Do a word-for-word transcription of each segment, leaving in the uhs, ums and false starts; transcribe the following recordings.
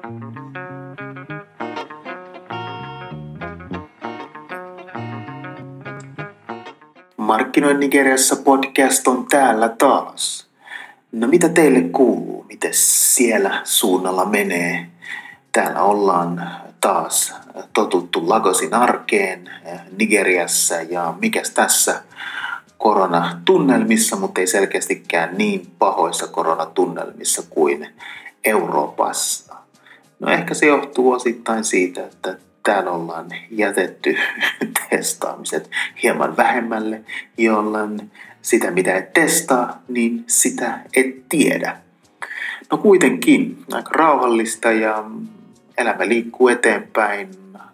Markkinoin Nigeriassa podcast on täällä taas. No mitä teille kuuluu? Miten siellä suunnalla menee? Täällä ollaan taas totuttu Lagosin arkeen Nigeriassa ja mikäs tässä koronatunnelmissa, mutta ei selkeästikään niin pahoissa koronatunnelmissa kuin Euroopassa. No ehkä se johtuu osittain siitä, että täällä ollaan jätetty testaamiset hieman vähemmälle, jolloin sitä mitä et testaa, niin sitä et tiedä. No kuitenkin aika rauhallista ja elämä liikkuu eteenpäin.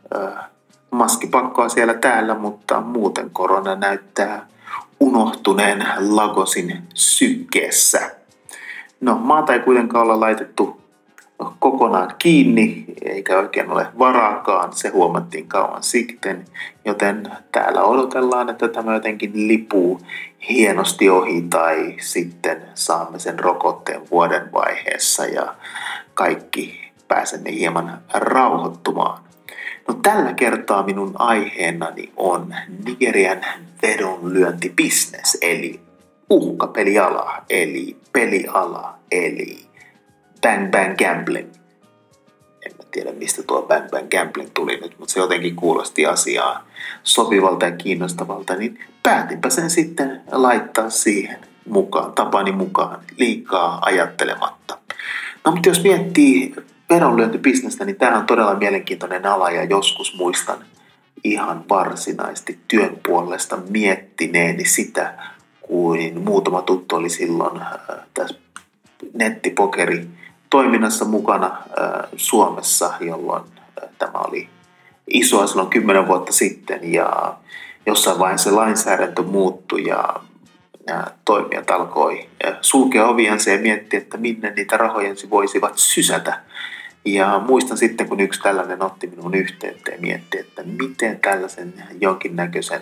Maskipakkoa siellä täällä, mutta muuten korona näyttää unohtuneen Lagosin sykkeessä. No maata ei kuitenkaan olla laitettu kokonaan kiinni, eikä oikein ole varaakaan, se huomattiin kauan sitten, joten täällä odotellaan, että tämä jotenkin lipuu hienosti ohi tai sitten saamme sen rokotteen vuoden vaiheessa ja kaikki pääsemme hieman rauhoittumaan. No tällä kertaa minun aiheenani on Nigerian vedonlyöntibisnes, eli uhkapeliala, eli peliala, eli Bang Bang Gambling. En mä tiedä, mistä tuo Bang Bang Gambling tuli nyt, mutta se jotenkin kuulosti asiaa sopivalta ja kiinnostavalta, niin päätinpä sen sitten laittaa siihen mukaan, tapani mukaan, liikaa ajattelematta. No mutta jos miettii vedonlyöntibisnestä, niin tämä on todella mielenkiintoinen ala ja joskus muistan ihan varsinaisesti työn puolesta miettineeni sitä, kuin muutama tuttu oli silloin äh, tässä nettipokeri toiminnassa mukana äh, Suomessa, jolloin äh, tämä oli isoa silloin kymmenen vuotta sitten ja jossain vaiheessa se lainsäädäntö muuttui ja nämä toimijat alkoi äh, sulkea oviansa ja miettiä, että minne niitä rahoja voisivat sysätä. Ja muistan sitten, kun yksi tällainen otti minun yhteyttä ja mietti, että miten tällaisen jonkinnäköisen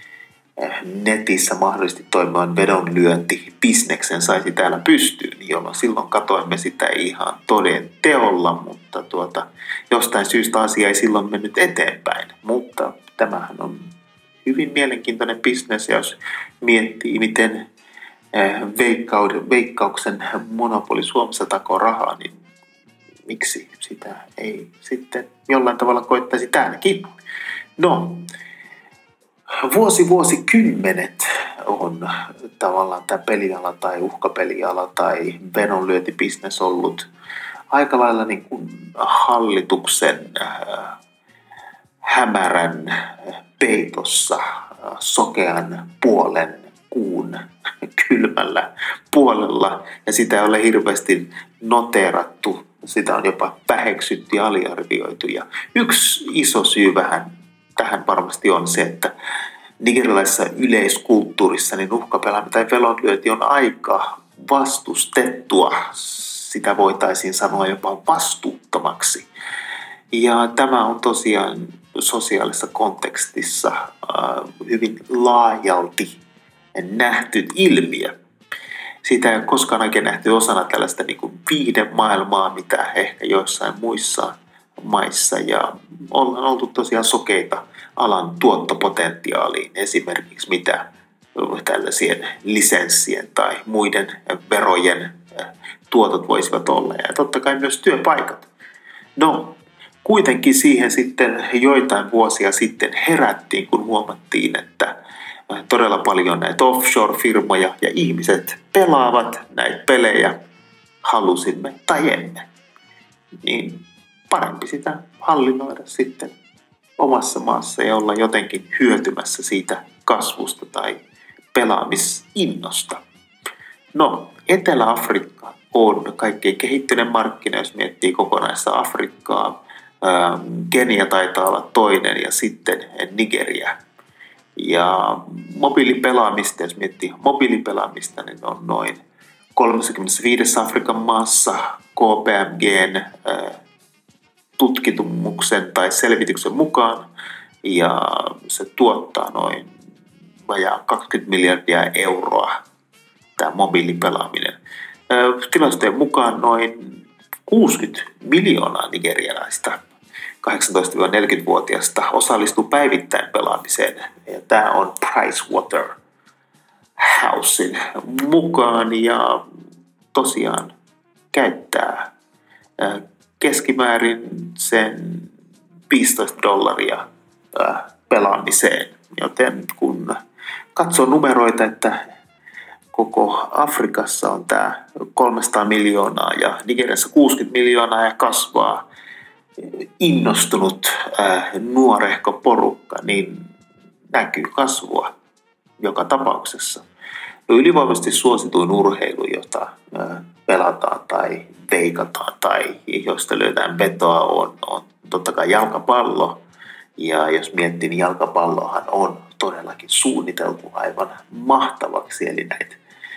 netissä mahdollisesti toimivan vedonlyöntibisneksen saisi täällä pystyyn, jolloin silloin katoimme sitä ihan toden teolla, mutta tuota, jostain syystä asia ei silloin mennyt eteenpäin. Mutta tämähän on hyvin mielenkiintoinen bisnes, jos miettii, miten Veikkauksen monopoli Suomessa takoo rahaa, niin miksi sitä ei sitten jollain tavalla koittaisi täälläkin? No, Vuosi vuosikymmenet on tavallaan tämä peliala tai uhkapeliala tai vedonlyöntibisnes ollut aika lailla niin kuin hallituksen äh, hämärän peitossa äh, sokean puolen kuun kylmällä puolella ja sitä ei ole hirveästi noteerattu, sitä on jopa väheksytty ja aliarvioitu ja yksi iso syy vähän tähän varmasti on se, että nigerialaisessa yleiskulttuurissa niin uhkapelaaminen tai vedonlyönti on aika vastustettua. Sitä voitaisiin sanoa jopa vastuuttomaksi. Ja tämä on tosiaan sosiaalisessa kontekstissa äh, hyvin laajalti nähty ilmiö. Sitä ei ole koskaan oikein nähty osana tällaista niin kuin viihdemaailmaa, mitä ehkä joissain muissa maissa ja ollaan oltu tosiaan sokeita alan tuottopotentiaaliin, esimerkiksi mitä tällaisien lisenssien tai muiden verojen tuotot voisivat olla ja totta kai myös työpaikat. No, kuitenkin siihen sitten joitain vuosia sitten herättiin, kun huomattiin, että todella paljon näitä offshore-firmoja ja ihmiset pelaavat näitä pelejä, halusimme tai emme. Niin parempi sitä hallinnoida sitten omassa maassa ja olla jotenkin hyötymässä siitä kasvusta tai pelaamisinnosta. No, Etelä-Afrikka on kaikkein kehittyneen markkina, jos miettii kokonaista Afrikkaa. Kenia taitaa olla toinen ja sitten Nigeria. Ja mobiilipelaamista, jos miettii mobiilipelaamista, niin on noin kolmekymmentäviisi Afrikan maassa K P M G:n tutkitumuksen tai selvityksen mukaan ja se tuottaa noin vajaa kaksikymmentä miljardia euroa tämä mobiilipelaaminen. Tilastojen mukaan noin kuusikymmentä miljoonaa nigerialaista kahdeksantoista–neljäkymmentävuotiaista osallistuu päivittäin pelaamiseen. Ja tämä on Pricewaterhousen mukaan ja tosiaan käyttää keskimäärin sen viisitoista dollaria pelaamiseen. Joten kun katsoo numeroita, että koko Afrikassa on tämä kolmesataa miljoonaa ja Nigeriassa kuusikymmentä miljoonaa ja kasvaa innostunut äh, nuorehko porukka, niin näkyy kasvua joka tapauksessa. No, ylivoimaisesti suosituin urheilu, jota äh, pelataan tai veikataan tai josta löytään vetoa, on, on totta kai jalkapallo. Ja jos miettii, niin jalkapallohan on todellakin suunniteltu aivan mahtavaksi, eli näitä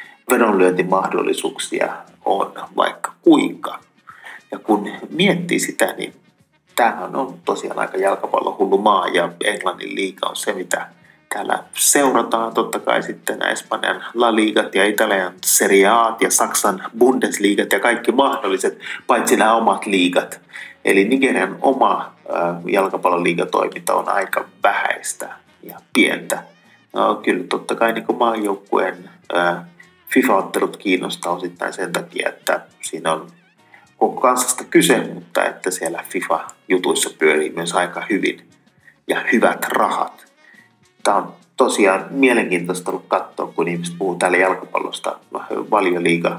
vedonlyöntimahdollisuuksia on vaikka kuinka. Ja kun miettii sitä, niin tämähän on tosiaan aika jalkapallohullu maa, ja Englannin liiga on se, mitä täällä seurataan. Totta kai sitten Espanjan La Ligat ja Italian Serie A ja Saksan Bundesligat ja kaikki mahdolliset, paitsi nämä omat liigat. Eli Nigerian oma äh, jalkapalloliigatoiminta on aika vähäistä ja pientä. No, kyllä totta kai niin kuin maajoukkueen äh, FIFA-ottelut kiinnostaa osittain sen takia, että siinä on koko kansasta kyse, mutta että siellä FIFA-jutuissa pyörii myös aika hyvin ja hyvät rahat. Tämä on tosiaan mielenkiintoista ollut katsoa, kun ihmiset puhuu täällä jalkapallosta Valioliiga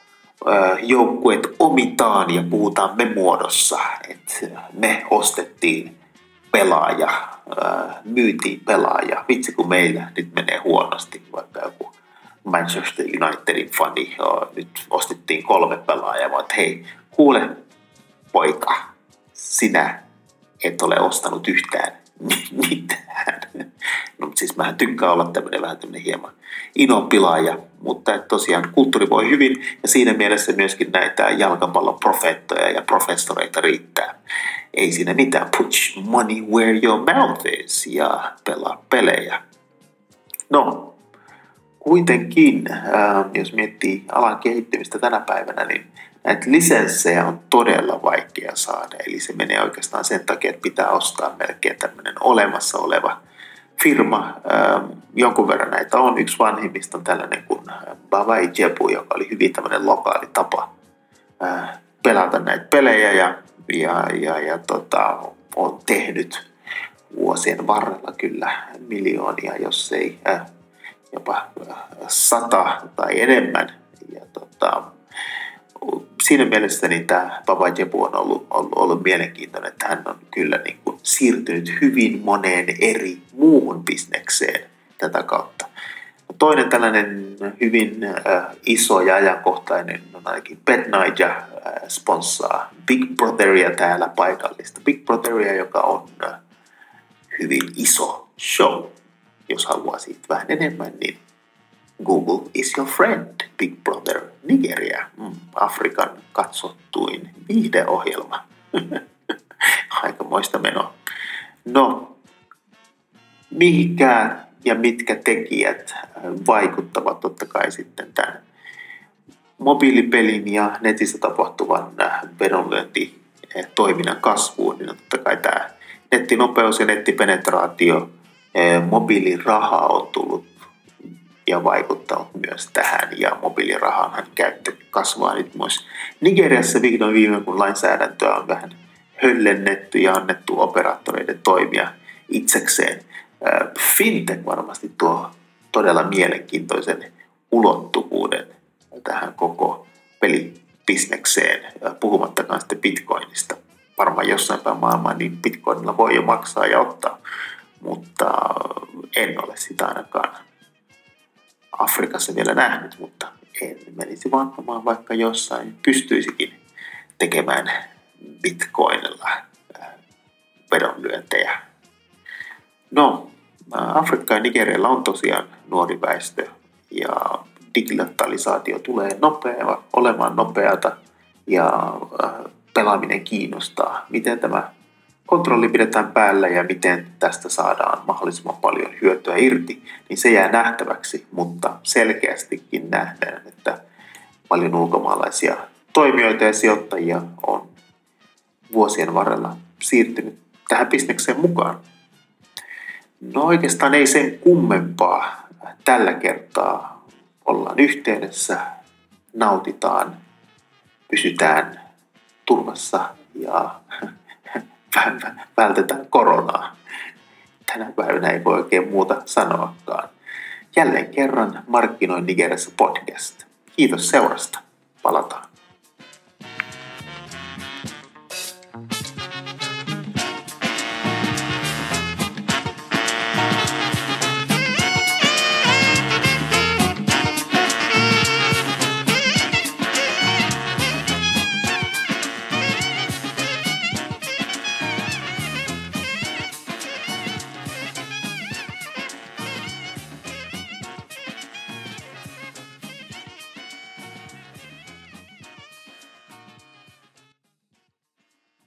joukkueet omitaan ja puhutaan me muodossa, että me ostettiin pelaaja, myytiin pelaaja. Vitsi kun meillä nyt menee huonosti, vaikka joku Manchester Unitedin fani, nyt ostettiin kolme pelaajaa, vaan että hei, kuule poika, sinä et ole ostanut yhtään mitään. No, mutta siis mähän tykkään olla tämmöinen vähän tämmöinen hieman inonpilaaja, mutta että tosiaan kulttuuri voi hyvin ja siinä mielessä myöskin näitä jalkapallon profeettoja ja professoreita riittää. Ei siinä mitään, put money where your mouth is ja pelaa pelejä. No, kuitenkin, äh, jos miettii alan kehittymistä tänä päivänä, niin näitä lisenssejä on todella vaikea saada. Eli se menee oikeastaan sen takia, että pitää ostaa melkein tämmöinen olemassa oleva firma. Ähm, jonkun verran näitä on. Yksi vanhimmista on tällainen kuin Bawai Jebu, joka oli hyvin tämmöinen lokaali tapa äh, pelata näitä pelejä ja, ja, ja, ja tota, on tehnyt vuosien varrella kyllä miljoonia, jos ei äh, jopa äh, sata tai enemmän. Ja tota, siinä mielessä niin tämä Bawai Jebu on ollut, ollut, ollut mielenkiintoinen, että hän on kyllä niin kuin siirtynyt hyvin moneen eri muuhun bisnekseen tätä kautta. Toinen tällainen hyvin äh, iso ja ajankohtainen on ainakin BetNaija äh, sponssaa Big Brotheria täällä paikallista. Big Brotheria, joka on äh, hyvin iso show. Jos haluaa siitä vähän enemmän, niin Google is your friend, Big Brother Nigeria, mm, Afrikan katsottuin viihdeohjelma. Aikamoista menoa. No, mihinkä ja mitkä tekijät vaikuttavat totta kai sitten tämän mobiilipelin ja netissä tapahtuvan vedonlyöntitoiminnan kasvuun, niin totta kai tämä nettinopeus ja nettipenetraatio, mobiiliraha on tullut ja vaikuttanut myös tähän, ja mobiilirahan käyttö kasvaa nyt myös Nigeriassa vihdoin viime, kun lainsäädäntöä on vähän höllennetty ja annettu operaattoreiden toimia itsekseen. Fintech varmasti tuo todella mielenkiintoisen ulottuvuuden tähän koko pelibisnekseen, puhumattakaan sitten bitcoinista. Varmaan jossain päin maailmaa niin bitcoinilla voi jo maksaa ja ottaa, mutta en ole sitä ainakaan Afrikassa vielä nähnyt, mutta en menisi vanhamaan, vaikka jossain pystyisikin tekemään bitcoinilla vedonlyöntejä. No, Afrikka ja Nigerialla on tosiaan nuori väestö ja digitalisaatio tulee nopea, olemaan nopeata ja pelaaminen kiinnostaa. Miten tämä kontrolli pidetään päällä ja miten tästä saadaan mahdollisimman paljon hyötyä irti, niin se jää nähtäväksi, mutta selkeästikin nähdään, että paljon ulkomaalaisia toimijoita ja sijoittajia on vuosien varrella siirtynyt tähän bisnekseen mukaan. No oikeastaan ei sen kummempaa. Tällä kertaa ollaan yhteydessä, nautitaan, pysytään turvassa ja vältetään koronaa. Tänä päivänä ei voi oikein muuta sanoakaan. Jälleen kerran Markkinoin Nigeriassa podcast. Kiitos seurasta. Palataan.